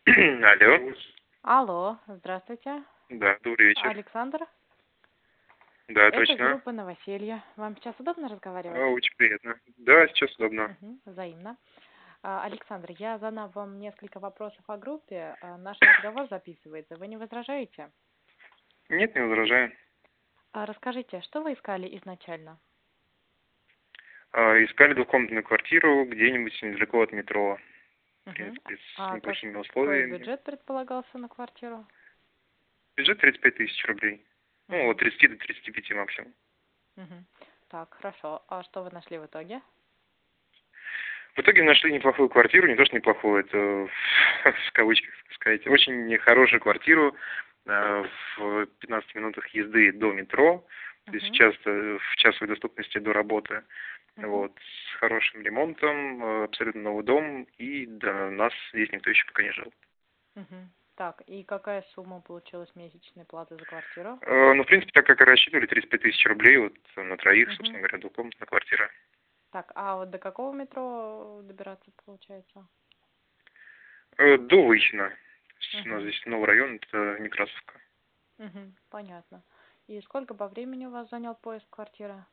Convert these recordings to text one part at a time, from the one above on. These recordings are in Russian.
Алло. Алло, здравствуйте. Да, добрый вечер. Александр, Да, это точно. группа «Новоселье». Вам сейчас удобно разговаривать? Очень приятно. Да, сейчас удобно. Взаимно. Александр, я задам вам несколько вопросов о группе. Наш разговор записывается. Вы не возражаете? Нет, не возражаю. Расскажите, что вы искали изначально? Искали двухкомнатную квартиру где-нибудь недалеко от метро. В Мгм. принципе, с А неплохими какой условиями. бюджет предполагался на квартиру? Бюджет 35 тысяч рублей. Ну, от Мгм. 30 до 35 максимум. Мгм. Так, хорошо. А что вы нашли в итоге? В итоге нашли неплохую квартиру, не то что неплохую, это в кавычках сказать, очень хорошую квартиру в 15 минутах езды до метро, то есть Мгм. часто в часовой доступности до работы. Мгм. Вот, с хорошим ремонтом, абсолютно новый дом, и до нас здесь никто еще пока не жил. Мгм. Так, и какая сумма получилась месячной платы за квартиру? Ну, в принципе, так как и рассчитывали, 35 тысяч рублей вот на троих, Мгм. собственно говоря, двухкомнатная квартира. Так, а вот до какого метро добираться получается? До Выхина. То есть у нас Угу. здесь новый район, это Некрасовка. Угу. Понятно. И сколько по времени у вас занял поиск квартиры?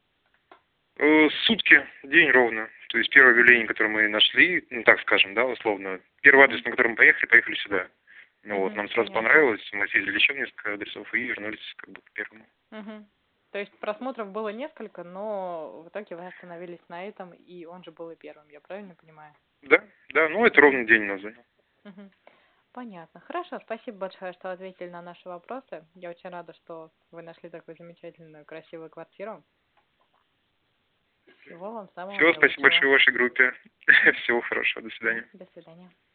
Сутки, день ровно. То есть первое Угу. объявление, которое мы нашли, ну так скажем, да, условно, первый адрес, Угу. на который мы поехали сюда. Ну вот, Угу. нам сразу Понятно. понравилось, мы съездили еще в несколько адресов и вернулись как бы к первому. Угу. То есть просмотров было несколько, но в итоге вы остановились на этом, и он же был и первым, я правильно понимаю? Да, да, ну это Угу. ровно день нас занял. Угу. Понятно. Хорошо, спасибо большое, что ответили на наши вопросы. Я очень рада, что вы нашли такую замечательную, красивую квартиру. Всего вам самого Все, спасибо наилучшего. большое вашей группе. Мгм. Всего хорошего, до Мгм. свидания. До свидания.